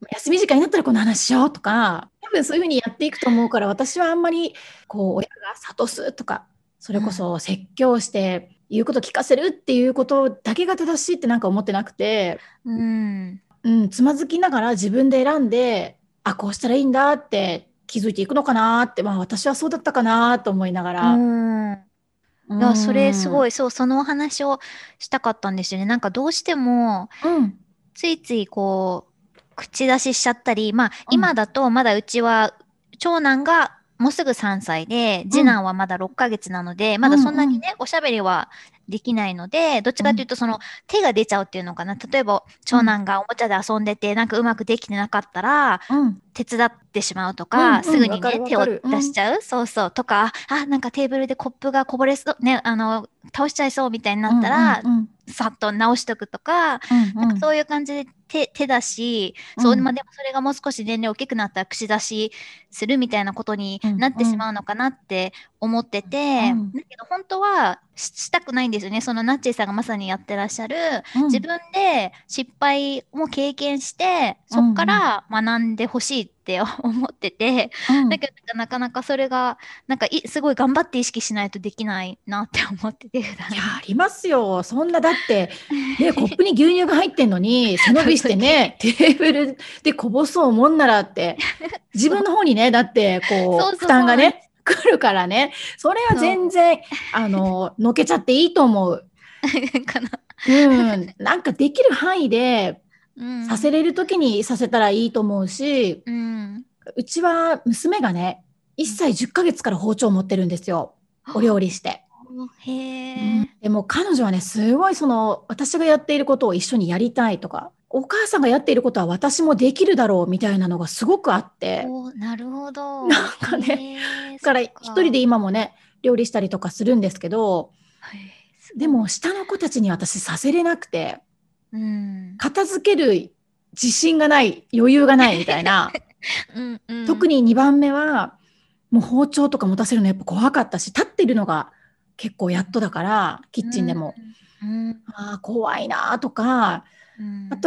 休み時間になったらこの話しようとか、多分そういうふうにやっていくと思うから、私はあんまりこう親が諭すとか、それこそ説教して言うこと聞かせるっていうことだけが正しいってなんか思ってなくて、 うんうん、つまずきながら自分で選んで、あ、こうしたらいいんだって気づいていくのかなって、まあ私はそうだったかなと思いながうら。 ん。 ういや、それすごん。 い、そう、そのお話をしたかったんですよね。なんかどうしても、 うん。 ついついこう、口出ししちゃったり、まあ、 うん。 今だとまだうちは、長男がもうすぐさんさいで、次うん。 男はまだろっかげつなので、 うまだそんなにん。 ね、おしゃべりはできないので、どっちうん。 かというと、その手が出ちゃうっていうのかな。例えば、長うん。 男がおもちゃで遊んでて、なんかうまくできてなかったら、 うん。 手伝ってしまうとうん。 か、すぐうん。わかるにね、手をわかる。うん。 出しちゃう。そうそう。とか、あ、なんかテーブルでコップがこぼれそう、ね、あの、倒しちゃいそうみたいになうん。うん。 ったら、 うん。 さっと直しとくとか、 うん。 なんかうん。 そういう感じで手、手だし、そう、まあ、 うん。 でもそれがもう少し年齢大きくなったら口出しするみたいなことにうん。 なってうん。 しまうのかなって思ってて、だけど本当はし、したくないんですよね。そのナッチーさんがまさにやってらっしゃる、 うん。 自分で失敗も経験して、そっかうん。うん。 ら学んでほしいって思ってて、 うん。 だけどなかなかそれが、なんかい、すごい頑張って意識しないとできないなって思ってて、普いや、 段に。 ありますよ。そんな、だって、ね、コップに牛乳が入ってんのに、背伸びして本当に。 ね、テーブルでこぼそうもんならって、自分そう。 の方にね、だって、こう、負そうそうそうなんです。 担がね、来るからね、それは全そ然、あの、のけちゃっていいと思う。 う。かな。 うん、なんかできる範囲で、 うん。 させれるときにさせたらいいと思うし、 うん。 うちは娘がね、1 うん。 歳じゅっかげつから包丁を持ってるんですよ。お料理して。 へうん、 え。 でも彼女はね、すごいその、私がやっていることを一緒にやりたいとか、お母さんがやっていることは私もできるだろうみたいなのがすごくあって、 お、なるほなんど。 かね、 へえ、 だかそっら一人でか。 今もね、料理したりとかするんですけど、 へえ、すでごい。 も下の子たちに私させれなくて、 うん。 片付ける自信がない、余裕がないみたいな。 うんうん。 特ににばんめは、もう包丁とか持たせるのやっぱ怖かったし、立ってるのが結構やっとだから、キッうん。 チンでも。 うん。 ああ、怖いなとか、 うん。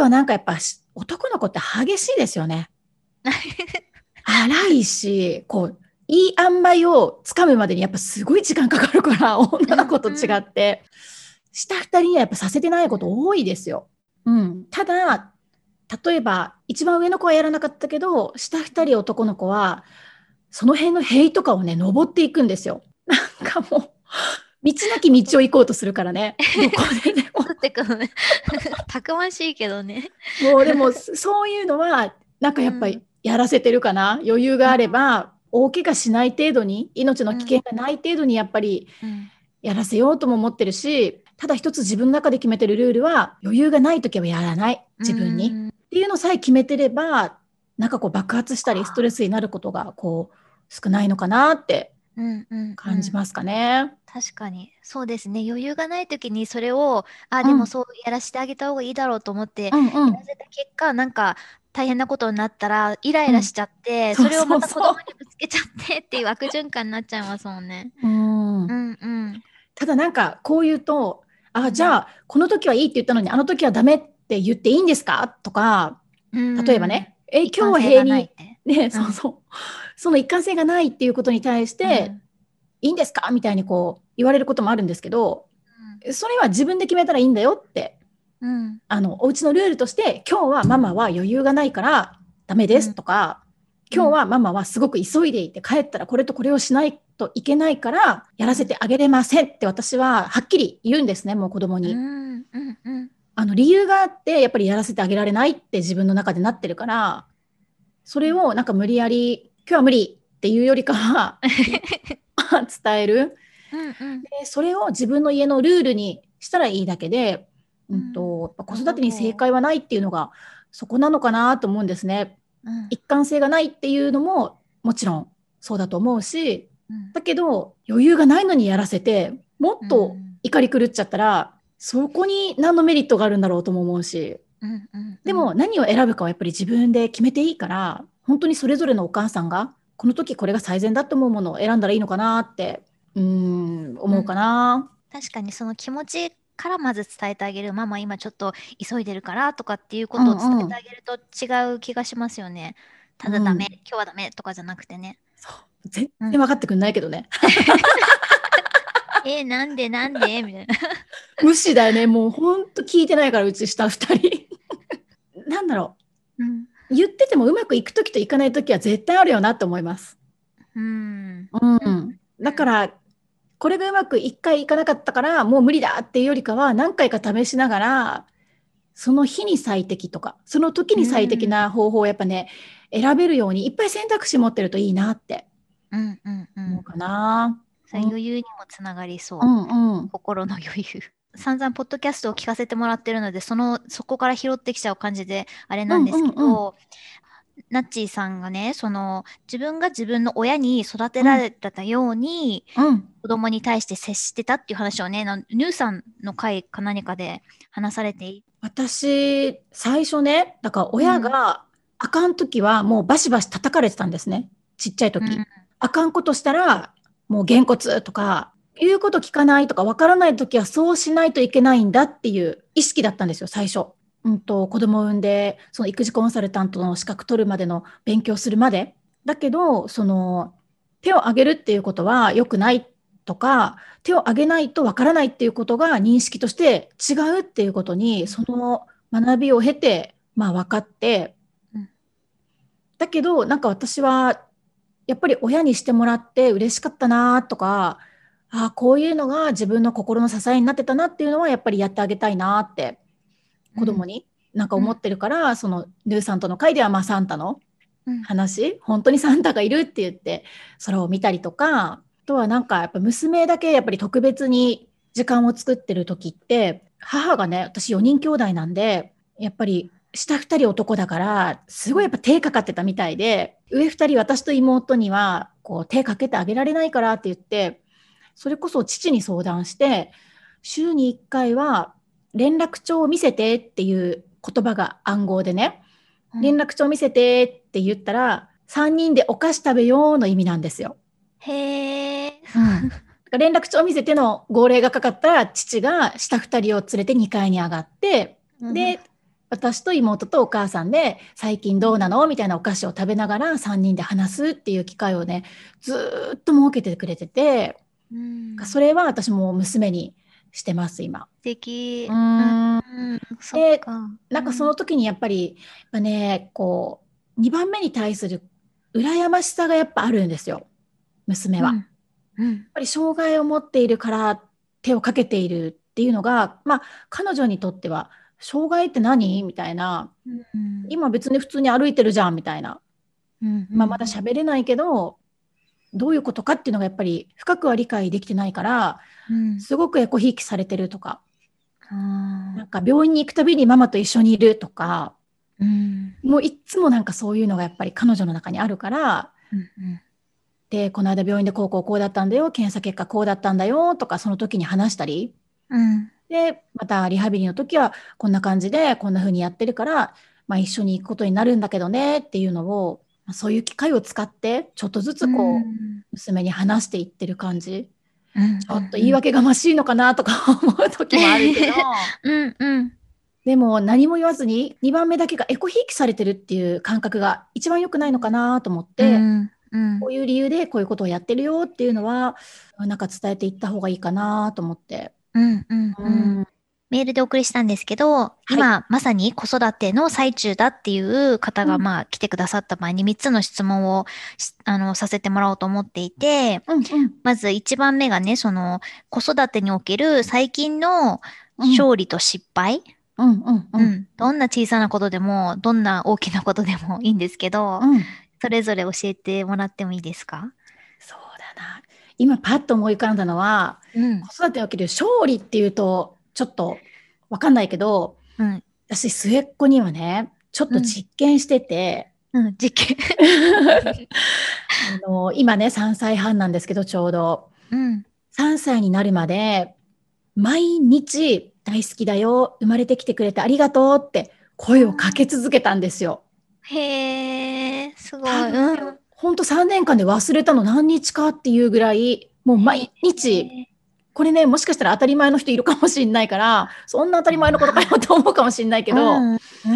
あとはなんかやっぱし男の子って激しいですよね。荒いし、こう、いい塩梅をつかむまでにやっぱすごい時間かかるから、女の子と違って、下二人にはやっぱさせてないこと多いですよ。うん。ただ、例えば、一番上の子はやらなかったけど、下二人男の子は、その辺の塀とかをね、登っていくんですよ。なんかもう、道なき道を行こうとするからね。どこででも。 だってかね、たくましいけどね。 もうでも、そういうのは、なんかやっぱりうん。 やらせてるかな。余裕があれうん。 ば、大怪我しない程度に、命の危うん。 険がない程度にやっぱりうん。 やらせようとも思ってるし、ただ一つ自分の中で決めてるルールは、余裕がないときはやらない。 う自分に。 ん。 っていうのさえ決めてれば、なんかこう爆発したりストレか。 スになることがこう少ないのかなってうんうんうん。 感じますかね。 確かに。そうですね。余裕がないときにそれを、あ、 うん。 でもそうやらせてあげた方がいいだろうと思ってうんうん。 やらせた結果、なんか大変なことになったらイライうん。 ラしちゃって、 そうそれをまそうそた子供にぶつけちゃってっていう悪循環になっちゃいますもんね。 う。うん。 うんうん。 ただなんかこう言うと、あ、じゃうん。 あこの時はいいって言ったのにあの時はダメって言っていいんですかとか、 うん。 例えばね、え、今日は一貫性がないっ塀に、 て。 ね、 うん。 そうそう、その一貫性がないっていうことに対して、 うん。 いいんですかみたいにこう言われることもあるんですけど、それは自分で決めたらいいんだよって、 うん。 あの、お家のルールとして、今日はママは余裕がないからダメですうん。 とか、 うん。 今日はママはすごく急いでいて帰ったらこれとこれをしないといけないからやらせてあげれませんって私ははっきり言うんですね、もう子供うに。 ん。うん。うん。 あの理由があってやっぱりやらせてあげられないって自分の中でなってるから、それをなんか無理やり今日は無理っていうよりかは伝える。 うんうん。 で、それを自分の家のルールにしたらいいだけで、うんうん。 と、子なる育てに正ほど。 解はないっていうのがそこなのかなと思うんですね。 うん。 一貫性がないっていうのももちろんそうだと思うし、 うん。 だけど余裕がないのにやらせて、もうっとん。 怒り狂っちゃったら、そこに何のメリットがあるんだろうとも思うし、 うん。うん。うでもん。 何を選ぶかはやっぱり自分で決めていいから、本当にそれぞれのお母さんがこの時これが最善だと思うものを選んだらいいのかなって、うーん、思うかうん。 な。 確かにその気持ちからまず伝えてあげる。ママ今ちょっと急いでるからとかっていうことを伝えてあげると違う気がしますよね。ただダメ、 うん、 今日はダメとかじゃなくてね。 そう全うん。 然分かってくんないけどね。 えーなんでなんでみたいな。 無視だよね。もうほんと聞いてないから、うち下二人。なんだろうん。 う。言っててもうまくいくときといかないときは絶対あるよなって思います。 うん。 うん。だから、これがうまく一回いかなかったから、もう無理だっていうよりかは、何回か試しながら、その日に最適とか、その時うに最適ん。 な方法をやっぱね、選べるように、いっぱい選択肢持ってるといいなってうんうんうん。 思うかな。 それうん、 余裕にもつながりうそう。 ん、うん。 心の余裕。散々ポッドキャストを聞かせてもらってるので、その、そこから拾ってきちゃう感じで、あれうん、 なんですうん、うん。 けど、ナッチーさんがね、その、自分が自分の親に育てうん、 られたように、 うん。 子供に対して接してたっていう話をね、なヌーさんの回か何かで話されてい、 私、最初ね、だからうん、 親があかんときはもうバシバシ叩かれてたんですね。ちっちゃいとうん、 き。あかんことしたら、もうげんこつとか、言うこと聞かないとか、わからないときはそうしないといけないんだっていう意識だったんですよ、最初。うんと、子供を産んで、その育児コンサルタントの資格取るまでの勉強するまで。だけど、その、手を挙げるっていうことは良くないとか、手を挙げないとわからないっていうことが認識として違うっていうことに、その学びを経て、まあ分かって、 うん、 だけど、なんか私は、やっぱり親にしてもらって嬉しかったなとか、ああ、こういうのが自分の心の支えになってたなっていうのは、やっぱりやってあげたいなってうん、 子供になんかうん、 思ってるから、そのルーさんとの会では、まあサンタのうん、 話、本当にサンタがいるって言って空を見たりとか、あとはなんかやっぱ娘だけやっぱり特別に時間を作ってる時って、母がね、私よにん兄弟なんで、やっぱり下ふたり男だからすごいやっぱ手かかってたみたいで、上ふたり私と妹にはこう手かけてあげられないからって言って、それこそ父に相談して、週にいっかいは連絡帳を見せてっていう言葉が暗号でね、 うん。 連絡帳見せてって言ったら、さんにんでお菓子食べようの意味なんですよ。 へえ、 うん。連絡帳見せての号令がかかったら、父が下ふたりを連れてにかいに上がって、 うん、 で、私と妹とお母さんで、最近どうなのみたいなお菓子を食べながらさんにんで話すっていう機会をね、ずーっと設けてくれてて、 うん。 それは私も娘にしてます、今。 素敵。 ううん、 ーん。 うん、そっで、 か。 なんかそうん、 の時にやっぱり、やっぱね、こう、にばんめに対する羨ましさがやっぱあるんですよ、娘は。 うん、うん、 やっぱり障害を持っているから手をかけているっていうのが、まあ、彼女にとっては、障害って何みたいな、 うん、 今別に普通に歩いてるじゃんみたいな、 うん、うまあ、まだん、 喋れないけど、どういうことかっていうのがやっぱり深くは理解できてないから、 うん。 すごくエコひいきされてるとか、 あなんか病院に行くたびにママと一緒にいるとか、 ー、うん、 もういっつもなんかそういうのがやっぱり彼女の中にあるから、 うん、うん、 で、この間病院でこうこうこうだったんだよ、検査結果こうだったんだよとか、その時に話したり、 うん、 で、またリハビリの時はこんな感じでこんな風にやってるから、まあ、一緒に行くことになるんだけどねっていうのを、まあそういう機会を使ってちょっとずうつこうん、 娘に話していってる感じ。 うん、 ちょっとうん。 言い訳がましいのかなとか思う時もあるけど、 うん、うん、 でも何も言わずににばんめだけがエコひいきされてるっていう感覚が一番良くないのかなと思って、 うん、うん、 こういう理由でこういうことをやってるよっていうのは、なんか伝えていった方がいいかなと思って。 うん、うん、うん。 うん。 メールでお送りしたんですけど、 はい。 今まさに子育ての最中だっていう方うん。 がまあ来てくださった場合にみっつの質問をしあのさせてもらおうと思っていて、 うん。うん。 まずいちばんめがね、その子育てにおける最近のうん。 勝利と失敗。 うん。うん。うん。 うん。どんな小さなことでも、どんな大きなことでもいいんですけど、 うん。 それぞれ教えてもらってもいいですか？ そうだな。今パッと思い浮かんだのは、 うん。 子育てにおける勝利っていうと、ちょっとわかんないけど、 うん。 私末っ子にはね、ちょっとうん。 実験してて、 うん。実験。 あの、今ね、さんさいはんなんですけど、ちょうど。 うん。 さんさいになるまで、毎日大好きだよ、生まれてきてくれてありがとうって声をかけ続けたんですよ。 へえ、すごい。 多分ね、 うん。 ほんとさんねんかんで忘れたの何日かっていうぐらい、もうへ毎日え。 これねもしかしたら当たり前の人いるかもしれないから、そんな当たり前のことかよと思うかもしれないけど、 うんうん、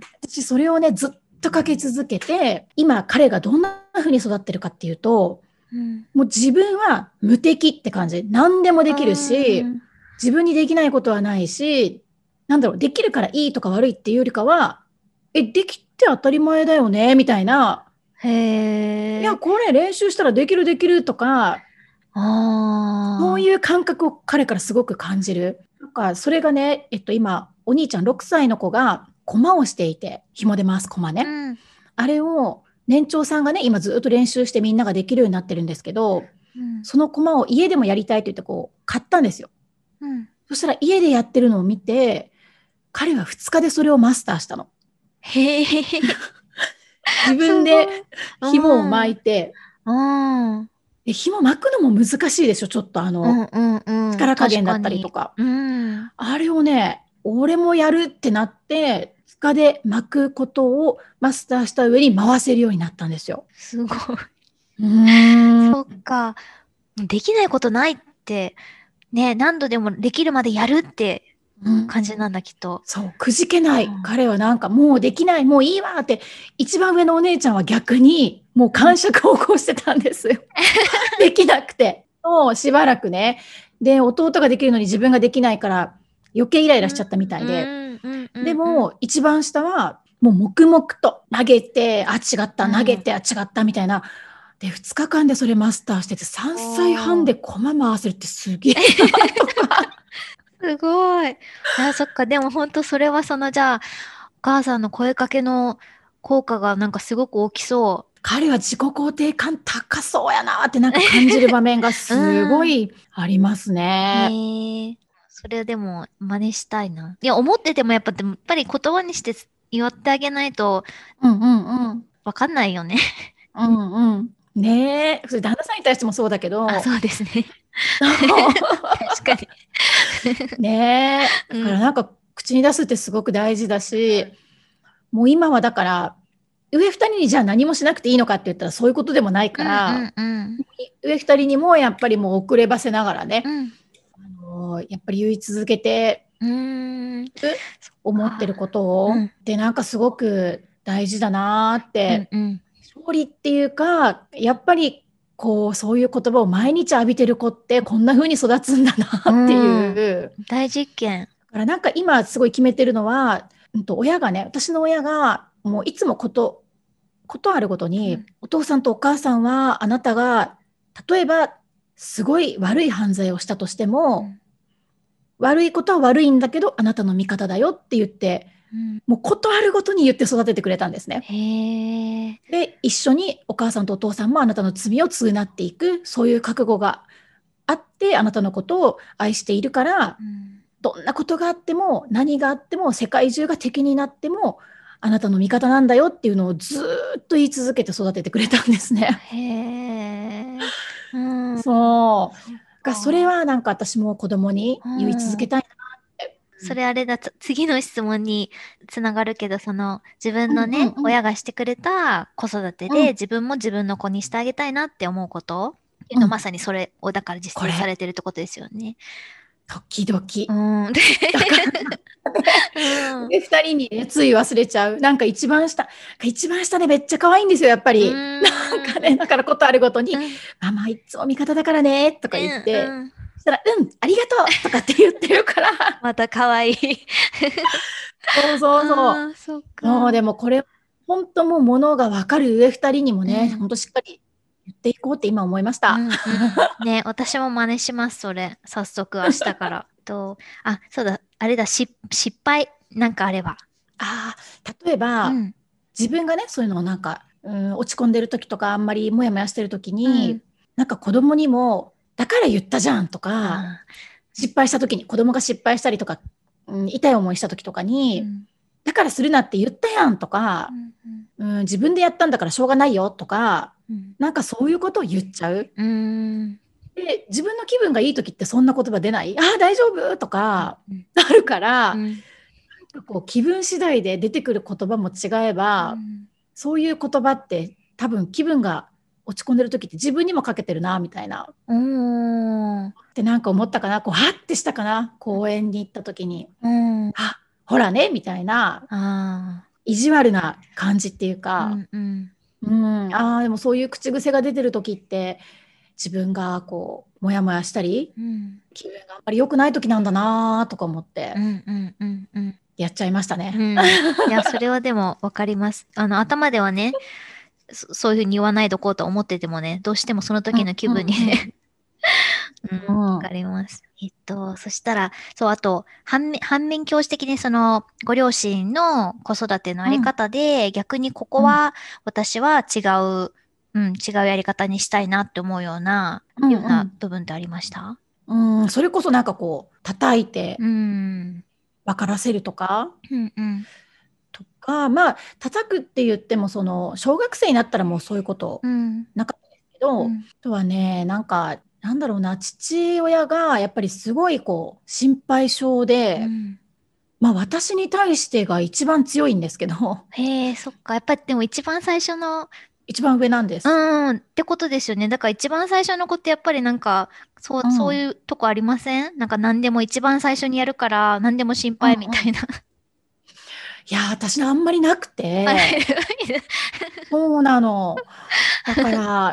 私それをねずっとかけ続けて、今彼がどんな風に育ってるかっていうと、 うん、 もう自分は無敵って感じ。何でもできるし、 うん、 自分にできないことはないし、なんだろう、できるからいいとか悪いっていうよりかは、え、できて当たり前だよねみたいな。いや、 へえ、 これ練習したらできるできるとか、そうあいう感覚を彼からすごく感じる。なんかそれがね、えっと今、お兄ちゃんろくさいの子が駒をしていて、紐で回す駒あ、うね。 ん、 あれを年長さんがね、今ずっと練習してみんなができるようになってるんですけど、 うん、 その駒を家でもやりたいと言ってこう買ったんですよ。 うん。 そしたら家でやってるのを見て、彼はふつかでそれをマスターしたの。 へえ、 自分ですごい。 紐をうん、 巻いて、 うん、うん、 で紐巻くのも難しいでしょ、ちょっとあの、 うん、うん。 力加確減だったりとかに。 か。 うん。 あれをね、俺もやるってなって、ふつかで巻くことをマスターした上に回せるようになったんですよ。 すごい。 うーん。 そっか。できないことないって、ね、何度でもできるまでやるってうん、 感じなんだ、きっと。 そう、くじけない。 うん。 彼はなんかもうできない、もういいわって、一番上のお姉ちゃんは逆に、もううん。 癇癪を起こしてたんですよ。できなくて。もうしばらくね。で、弟ができるのに自分ができないから余計イライうん、 ラしちゃったみたいで。 うん、うん、うん、うん。 でも、一番下は、もう黙々と投げて、あ、違った、投げうんて、あ、違ったみたいな。で、ふつかかんでそれマスターしてて、さんさいはんでおー。 駒回せるってすげえなとか。 すごい。あ、そっか。でも本当それはその、じゃあ、お母さんの声かけの効果がなんかすごく大きそ彼は自己肯定感高そうやなってなんか感じる場面がう。 すごうん。 いありますね。 へえ。それでも真似したいな。いや、思っててもやっぱ、でもやっぱり言葉にして言ってあげないとうんうんうん。 わかんないよね。 うんうん。ねえ。それ旦那さんに対してもそうだけあ、 ど、 そうですね。確かに。 ねえ。だうん。 からなんか口に出すってすごく大事だし、もう今はだから上ふたりにじゃあ何もしなくていいのかって言ったらそういうことでもないうから、 んうん上ふたりにもやっぱりもう遅ればせながらね、 うん。 あのやっぱり言い続けてうん。うーん。そっ思ってるか。 ことを、 うん。 でなんかすごく大事だなって、 うんうん。 勝利っていうかやっぱりこうそういう言葉を毎日浴びてる子ってこんな風に育つんだなっていうん。 う。 大実験。 だからなんか今すごい決めてるのは、うんと親がね、私の親がもういつもことことあるごとに、 うん。 お父さんとお母さんはあなたが例えばすごい悪い犯罪をしたとしても、 うん。 悪いことは悪いんだけどあなたの味方だよって言って、 うん。 もうことあるごとに言って育ててくれたんですね。 へえ。 で、一緒にお母さんとお父さんもあなたの罪を償っていく、そういう覚悟があってあなたのことを愛しているから、 うん。 どんなことがあっても何があっても世界中が敵になってもあなたの味方なんだよっていうのをずっと言い続けて育ててくれたんですね。 へえ。うん。 そう。 そっがそれか。 はなんか私も子供にう言い続けん。 たいなって。 それあれだ、つ次の質問につながるけど、その自分うんのね、 うんうん親がしてくれた子育てうんで自分も自分の子にしてあげたいなって思うことっていうの、まうん。 さにそれをだから実践さこれれてるってことですよね。 時々 うーん。でだからうん。 でふたりにねつい忘れちゃう。なんか一番下一番下でめっちゃ可愛いんですよやっぱうり。なんかねーん。 だからことあるごとにうん。 「ママいつも味方だからね」とか言っうん。 て、 うん。 そしたら「うんありがとう」とかって言ってるから。 また可愛い。 そうそうそう。 ああ、そっもうか。 でもこれ本当もうものが分かる上ふたりにもね、 うん。 本当しっかり言っていこうって今思いました。 うんうん。ね、私も真似します、それ。早速、明日から。と、あ、そうだ、あれだ、し、失敗、なんかあれば。 ああ、例えばうん。 自分がねそういうのをなんか、うん、落ち込んでる時とかあんまりモヤモヤしてる時うん。 になんか子供にも「だから言ったじゃん」とかあ失敗した時に子供が失敗したりとか、うん、痛い思いした時とかにーうん。 「だからするなって言ったやん」とか、 うんうんうん、自分でやったんだからしょうがないよとか、 うん。 なんかそういうことを言っちゃう。 うーん。 で、自分の気分がいい時ってそんな言葉出ない、ああ、大丈夫とうんかうんなるから、 うんなんかこう気分次第で出てくる言葉も違えば、 うんそういう言葉って多分気分が落ち込んでる時って自分にもかけてるなみたいな。 うーん。 っってなんか思ったかな、こうはってしたかな、公園に行った時に、 うん、 あ、ほらねみたいなあ意地悪な感じっていうー、うか、 んうんうん、あーでもそういう口癖が出てる時って自分がこうモヤモヤしたりうん気分があんまり良くない時なんだなとか思ってうんうんうんうんやっちゃいましたね。 うん。いや、それはでもわかります。あの、頭ではね、そ、そういうふうに言わないでおこうと思っててもね、どうしてもその時の気うん分にね、うん、 うんうんわかります。えっと、そしたら、そう、あと、反面、反面教師的にその、ご両親の子育てのありうん方で、逆にここうんは、私は違う、うん、違うやり方にしたいなって思うような、 うんような部分ってありました？ うんうん、それこそなんかこう叩いてうん、 分からせるとかうん、うん、 とか、まあ叩くって言ってもその小学生になったらもうそういうことうん、 なかったですけど、あうん、 とはね、なんかなんだろうな、父親がやっぱりすごいこう心配性で、 うん。 まあ私に対してが一番強いんですけど、 へえ、そっか。やっぱりでも一番最初の、 一番上なんでうす。 ん、ってことですよね。だから一番最初の子ってやっぱりなんか、そう、そううん。 いうとこありません？なんか何でも一番最初にやるから何でも心うん配みたうん。 いな。 いや、私のあんまりなくあれ。 て、そうなの。だから、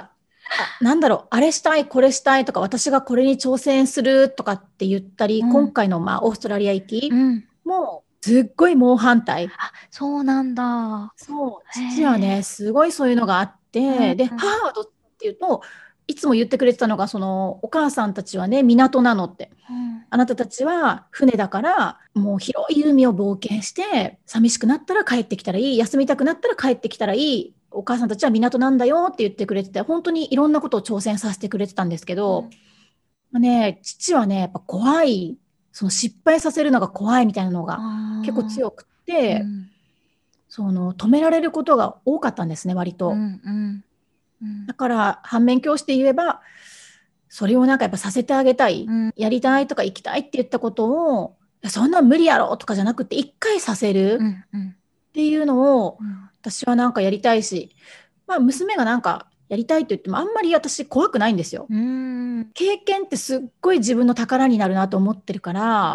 あ、なんだろう、あれしたい、これしたいとか、私がこれに挑戦するとかって言ったり、 うん、 今回の、まあ、オーストラリア行きうん。 も、すっごい猛反対。 あ、そうなんだ。 そう、 へ父はね、 え。 すごいそういうのがあっうん、 て、で、 うん、 母はどっちっていうと、いつも言ってくれてたのが、その、お母さんたちはね、港なのって。 うん、 あなたたちは船だから、もう広い海を冒険して、寂しくなったら帰ってきたらいい、休みたくなったら帰ってきたらいい、お母さんたちは港なんだよって言ってくれてて、本当にいろんなことを挑戦させてくれてたんですけど、 うん。 まあね、父はね、やっぱ怖い、その失敗させるのが怖いみたいなのが結構ああ、 強くて、 うん、 その止められることが多かったんですね、割と。 うん、うん、うん、 だから反面教師で言えば、それをなんかやっぱさせてあげたい、 うん、 やりたいとか行きたいって言ったことを、いやそんなん無理やろとかじゃなくて、一回させるうん、うん、 っていうのを、 うん。 私はなんかやりたいし、まあ娘がなんかやりたいと言っても、あんまり私怖くないんですよ。 うーん、 経験ってすっごい自分の宝になるなと思ってるから、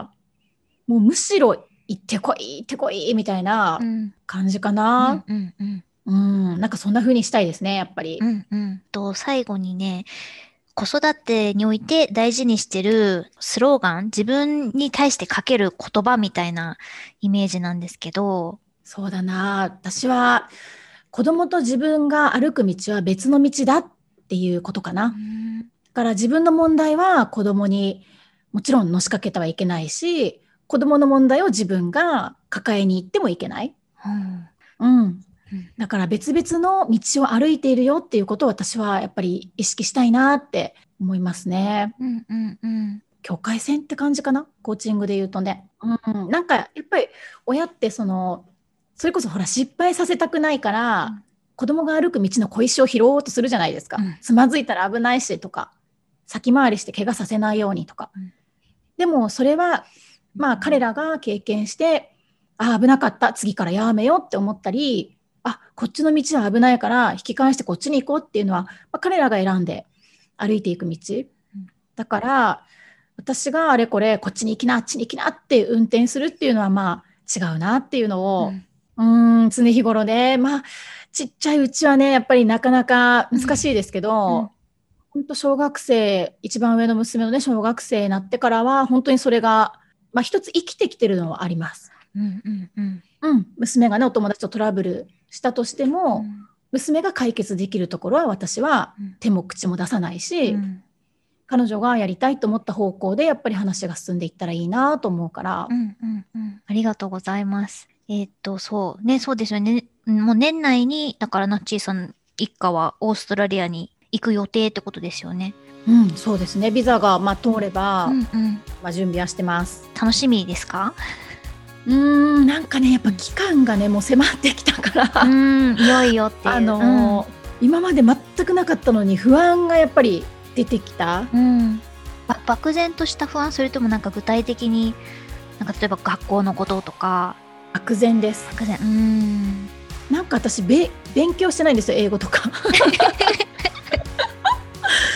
もうむしろ行ってこい、行ってこいみたいなうん、 感じかうん、 な。 うん、うん。 うん、なんかそんな風にしたいですね、やっぱり。 うんうんと、最後にね、子育てにおいて大事にしてるスローガン、自分に対してかける言葉みたいなイメージなんですけど、 そうだな。私は子供と自分が歩く道は別の道だっていうことかうーな。 ん、 だから自分の問題は子供にもちろんのしかけてはいけないし、子供の問題を自分が抱えに行ってもいけない。 うん、 うん。 うん、 だから別々の道を歩いているよっていうことを私はやっぱり意識したいなって思いますね。 うん、うん、うん、 境界線って感じかな、コーチングで言うとね。うん、なんかやっぱり親ってその、それこそほら失敗させたくないから、子供が歩く道の小石を拾おうとするじゃないですか。 うん、 つまずいたら危ないしとか、先回りして怪我させないようにとか。 うん、 でもそれは、まあ彼らが経験して、ああ、危なかった、次からやめようって思ったり、あ、こっちの道は危ないから引き返してこっちに行こうっていうのは、まあ、彼らが選んで歩いていく道。だから、私があれこれこっちに行きな、あっちに行きなって運転するっていうのはまあ違うなっていうのを、うーん、常日頃ね、まあちっちゃいうちはね、やっぱりなかなか難しいですけど、本当小学生、一番上の娘のね、小学生になってからは、本当にそれが、まあ一つ生きてきてるのはあります。 うん、うん、うん、 うん、娘がね、お友達とトラブルしたとしてうも、 ん、 娘が解決できるところは私は手も口も出さないし、 うん、 彼女がやりたいと思った方向でやっぱり話が進んでいったらいいなと思うから、 うん、うん、うん。ありがとうございます。えーっと、そう。ね、そうですよね。もう年内に、だからナッチーさん一家はオーストラリアに行く予定ってことですよね。 うん、そうですね。ビザがまあ通れうば、 ん、うん。 まあ準備はしてます。 楽しみですか？ うーん、なんかね、やっぱ期間がね、もう迫ってきたかうら、 ーん、いよいよっていう。 あのー今まで全くなかったのに不安がやっぱり出てきた。 うん、うん。ば漠然とした不安、それともなんか具体的に、なんか例えば学校のこととか、 漠然です。 漠然、うーん。 なんか私べ勉強してないんですよ、英語とか。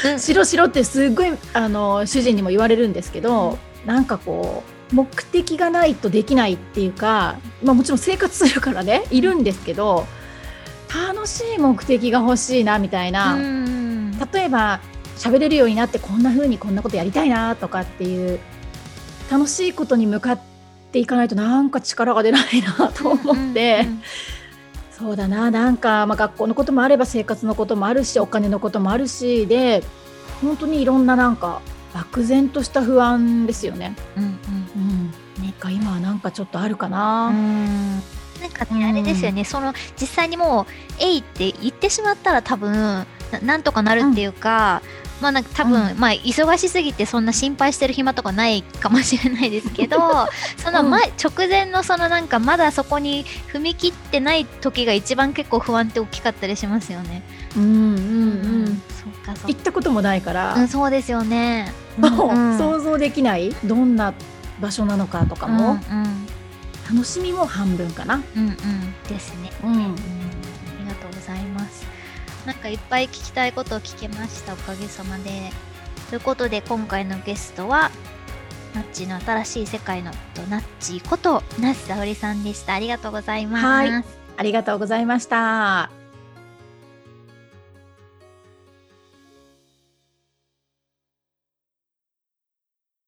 うんしろしろってすごいあの主人にも言われるんですけど、なんかこう目的がないとできないっていうか、まあ、もちろん生活するからねいるんですけど、楽しい目的が欲しいなみたいな、 うん例えば喋れるようになってこんな風にこんなことやりたいなとかっていう楽しいことに向かっていかないとなんか力が出ないなと思って、 うんうんそうだな、なんか、まあ、学校のこともあれば生活のこともあるしお金のこともあるしで、本当にいろんななんか漠然とした不安ですよね。 うんうんうんね、が今はなんかちょっとあるかうな。 んなんかね、 うんあれですよね、その実際にもう「えい」って言ってしまったら多分な、なんとかなるっていうか、まあなんか多分、 うんまあ忙しすぎてそんな心配してる暇とかないかもしれないですけどその前、直前のそのなんかまだそこに踏み切ってない時が一番結構不安って大きかったりしますよね。 うんうんうんそっかそっか、 行ったこともないから、 うん、そうですよね。 もううんうん想像できないどんな場所なのかとかも、 うんうん楽しみも半分かな。 うんうんですね。 うんうん、ありがとうございます。なんかいっぱい聞きたいことを聞けました、おかげさまで。ということで今回のゲストはナッチの新しい世界のナッチこと那須沙織さんでした。ありがとうございます。 はいありがとうございました。